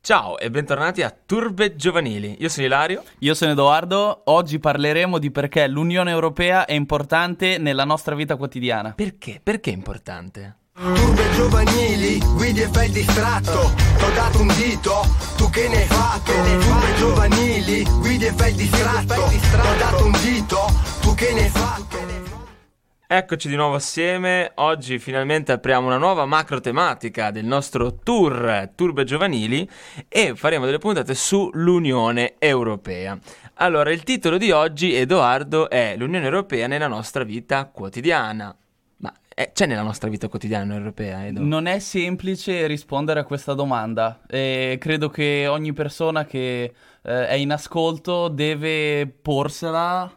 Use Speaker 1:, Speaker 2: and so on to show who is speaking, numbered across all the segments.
Speaker 1: Ciao e bentornati a Turbe Giovanili. Io sono Ilario.
Speaker 2: Io sono Edoardo. Oggi parleremo di perché l'Unione Europea è importante nella nostra vita quotidiana.
Speaker 1: Perché? Perché è importante?
Speaker 3: Turbe giovanili, guidi e fai il distratto. T'ho dato un dito, tu che ne hai fatto? Turbe giovanili, guidi e fai il distratto. T'ho dato un dito, tu che ne hai fatto?
Speaker 1: Eccoci di nuovo assieme. Oggi finalmente apriamo una nuova macro tematica del nostro tour Turbe Giovanili e faremo delle puntate sull'Unione Europea. Allora, il titolo di oggi, Edoardo, è l'Unione Europea nella nostra vita quotidiana. Ma c'è nella nostra vita quotidiana l'Unione Europea, Edo?
Speaker 2: Non è semplice rispondere a questa domanda e credo che ogni persona che è in ascolto deve porsela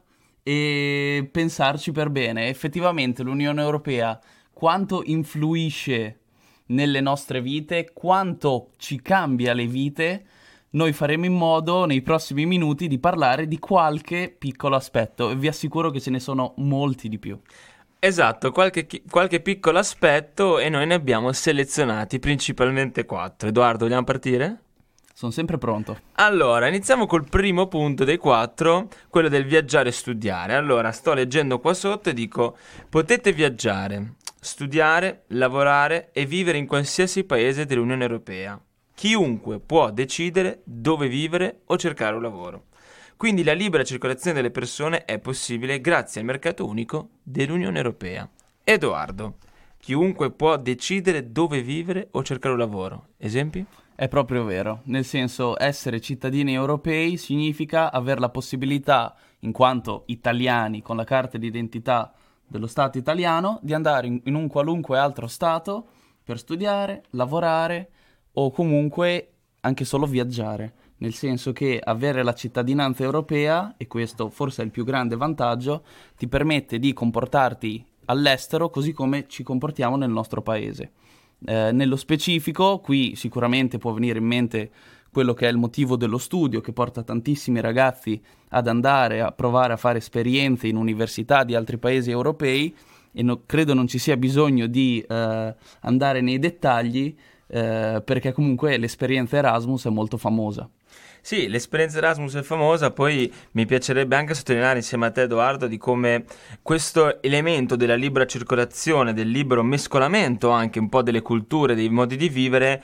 Speaker 2: e pensarci per bene. Effettivamente l'Unione Europea quanto influisce nelle nostre vite, quanto ci cambia le vite. Noi faremo in modo nei prossimi minuti di parlare di qualche piccolo aspetto e vi assicuro che ce ne sono molti di più.
Speaker 1: Esatto, qualche piccolo aspetto e noi ne abbiamo selezionati principalmente 4. Edoardo, vogliamo partire?
Speaker 2: Sono sempre pronto.
Speaker 1: Allora, iniziamo col primo punto dei 4, quello del viaggiare e studiare. Allora, sto leggendo qua sotto e dico: potete viaggiare, studiare, lavorare e vivere in qualsiasi paese dell'Unione Europea. Chiunque può decidere dove vivere o cercare un lavoro. Quindi la libera circolazione delle persone è possibile grazie al mercato unico dell'Unione Europea. Edoardo, chiunque può decidere dove vivere o cercare un lavoro. Esempi?
Speaker 2: È proprio vero, nel senso essere cittadini europei significa avere la possibilità, in quanto italiani con la carta d'identità dello Stato italiano, di andare in un qualunque altro Stato per studiare, lavorare o comunque anche solo viaggiare. Nel senso che avere la cittadinanza europea, e questo forse è il più grande vantaggio, ti permette di comportarti all'estero così come ci comportiamo nel nostro paese. Nello specifico, qui sicuramente può venire in mente quello che è il motivo dello studio, che porta tantissimi ragazzi ad andare a provare a fare esperienze in università di altri paesi europei, e credo non ci sia bisogno di andare nei dettagli, perché comunque l'esperienza Erasmus è molto famosa.
Speaker 1: Sì, l'esperienza Erasmus è famosa, poi mi piacerebbe anche sottolineare insieme a te, Edoardo, di come questo elemento della libera circolazione, del libero mescolamento anche un po' delle culture, dei modi di vivere,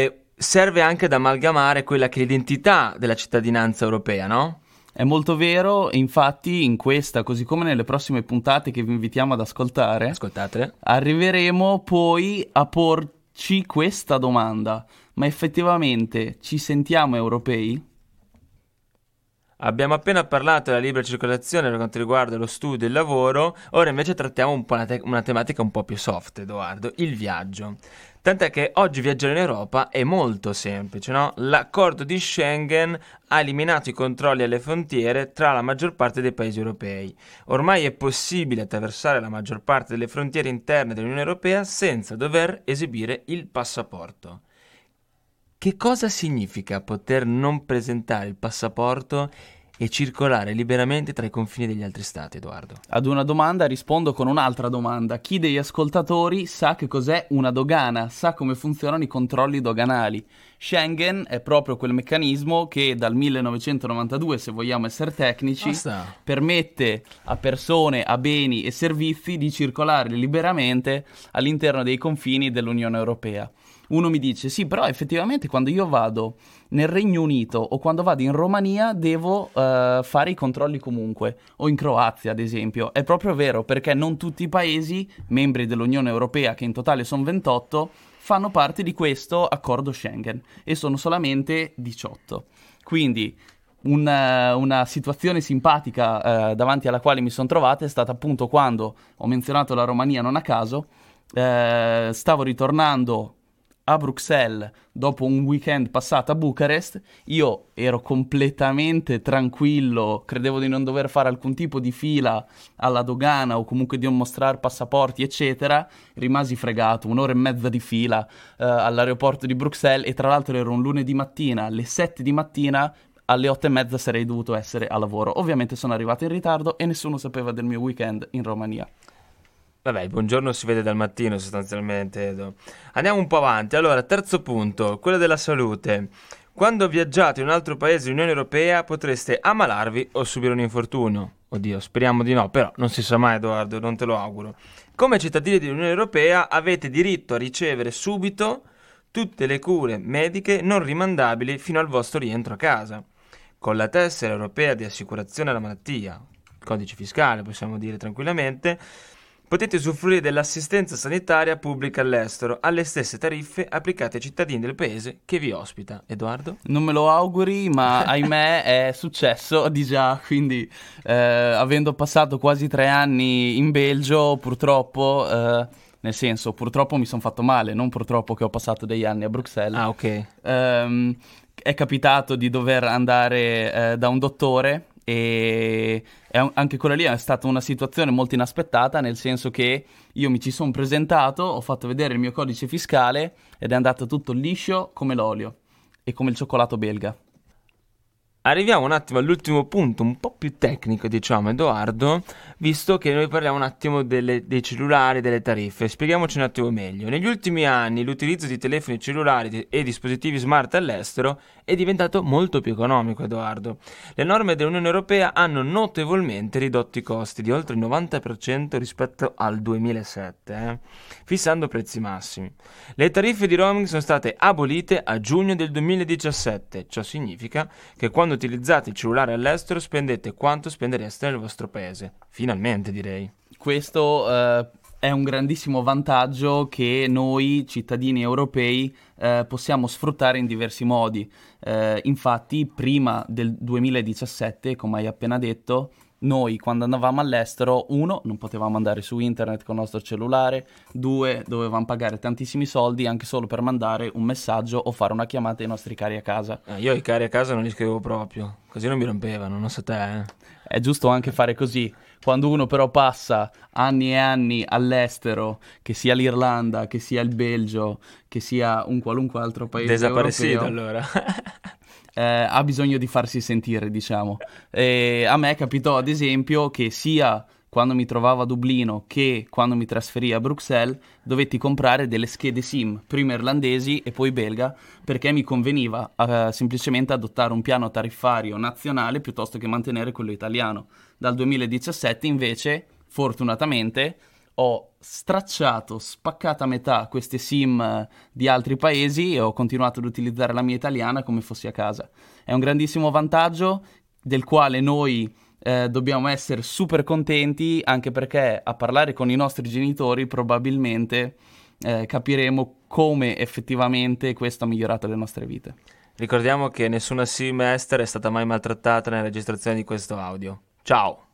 Speaker 1: serve anche ad amalgamare quella che è l'identità della cittadinanza europea, no?
Speaker 2: È molto vero, e infatti in questa, così come nelle prossime puntate che vi invitiamo ad ascoltare,
Speaker 1: Ascoltatele.
Speaker 2: arriveremo poi a porci questa domanda: ma effettivamente ci sentiamo europei?
Speaker 1: Abbiamo appena parlato della libera circolazione per quanto riguarda lo studio e il lavoro, ora invece trattiamo un po' una tematica un po' più soft, Edoardo, il viaggio. Tant'è che oggi viaggiare in Europa è molto semplice, no? L'accordo di Schengen ha eliminato i controlli alle frontiere tra la maggior parte dei paesi europei. Ormai è possibile attraversare la maggior parte delle frontiere interne dell'Unione Europea senza dover esibire il passaporto. Che cosa significa poter non presentare il passaporto e circolare liberamente tra i confini degli altri stati, Edoardo?
Speaker 2: Ad una domanda rispondo con un'altra domanda. Chi degli ascoltatori sa che cos'è una dogana, sa come funzionano i controlli doganali? Schengen è proprio quel meccanismo che dal 1992, se vogliamo essere tecnici, permette a persone, a beni e servizi di circolare liberamente all'interno dei confini dell'Unione Europea. Uno mi dice: sì, però effettivamente quando io vado nel Regno Unito o quando vado in Romania devo fare i controlli comunque, o in Croazia ad esempio. È proprio vero, perché non tutti i paesi membri dell'Unione Europea, che in totale sono 28, fanno parte di questo accordo Schengen, e sono solamente 18. Quindi una situazione simpatica davanti alla quale mi sono trovato è stata appunto quando ho menzionato la Romania non a caso. Stavo ritornando a Bruxelles dopo un weekend passato a Bucarest. Io ero completamente tranquillo, credevo di non dover fare alcun tipo di fila alla dogana o comunque di non mostrare passaporti eccetera. Rimasi fregato, 1 ora e mezza di fila all'aeroporto di Bruxelles, e tra l'altro era un lunedì mattina, alle 7 di mattina. Alle 8:30 sarei dovuto essere a lavoro. Ovviamente sono arrivato in ritardo e nessuno sapeva del mio weekend in Romania.
Speaker 1: Vabbè, il buongiorno si vede dal mattino sostanzialmente, Edo. Andiamo un po' avanti. Allora, terzo punto, quello della salute. Quando viaggiate in un altro paese dell'Unione Europea potreste ammalarvi o subire un infortunio. Oddio, speriamo di no, però non si sa mai, Edoardo, non te lo auguro. Come cittadini dell'Unione Europea avete diritto a ricevere subito tutte le cure mediche non rimandabili fino al vostro rientro a casa. Con la tessera europea di assicurazione alla malattia, codice fiscale possiamo dire tranquillamente, potete usufruire dell'assistenza sanitaria pubblica all'estero alle stesse tariffe applicate ai cittadini del paese che vi ospita. Edoardo?
Speaker 2: Non me lo auguri, ma ahimè è successo di già, quindi avendo passato quasi 3 anni in Belgio, purtroppo, nel senso, purtroppo mi sono fatto male, non purtroppo che ho passato degli anni a Bruxelles.
Speaker 1: Ah, ok.
Speaker 2: È capitato di dover andare da un dottore e anche quella lì è stata una situazione molto inaspettata, nel senso che io mi ci sono presentato, ho fatto vedere il mio codice fiscale ed è andato tutto liscio come l'olio e come il cioccolato belga.
Speaker 1: Arriviamo un attimo all'ultimo punto, un po' più tecnico, diciamo, Edoardo, visto che noi parliamo un attimo dei cellulari, delle tariffe. Spieghiamoci un attimo meglio. Negli ultimi anni l'utilizzo di telefoni cellulari e dispositivi smart all'estero è diventato molto più economico, Edoardo. Le norme dell'Unione Europea hanno notevolmente ridotto i costi di oltre il 90% rispetto al 2007, fissando prezzi massimi. Le tariffe di roaming sono state abolite a giugno del 2017. Ciò significa che quando utilizzate il cellulare all'estero spendete quanto spendereste nel vostro paese. Finalmente, direi.
Speaker 2: Questo è un grandissimo vantaggio che noi cittadini europei possiamo sfruttare in diversi modi. Infatti, prima del 2017, come hai appena detto, noi quando andavamo all'estero, 1, non potevamo andare su internet con il nostro cellulare, 2, dovevamo pagare tantissimi soldi anche solo per mandare un messaggio o fare una chiamata ai nostri cari a casa.
Speaker 1: Io i cari a casa non li scrivevo proprio, così non mi rompevano, non so te.
Speaker 2: È giusto anche fare così. Quando uno però passa anni e anni all'estero, che sia l'Irlanda, che sia il Belgio, che sia un qualunque altro paese
Speaker 1: Desaparecido,
Speaker 2: europeo,
Speaker 1: allora.
Speaker 2: ha bisogno di farsi sentire, diciamo. A me capitò, ad esempio, che sia quando mi trovavo a Dublino che quando mi trasferii a Bruxelles dovetti comprare delle schede SIM, prima irlandesi e poi belga, perché mi conveniva semplicemente adottare un piano tariffario nazionale piuttosto che mantenere quello italiano. Dal 2017 invece, fortunatamente, ho stracciato, spaccato a metà queste SIM di altri paesi e ho continuato ad utilizzare la mia italiana come fossi a casa. È un grandissimo vantaggio del quale noi dobbiamo essere super contenti, anche perché a parlare con i nostri genitori probabilmente capiremo come effettivamente questo ha migliorato le nostre vite.
Speaker 1: Ricordiamo che nessuna SIM estera è stata mai maltrattata nella registrazione di questo audio. Ciao!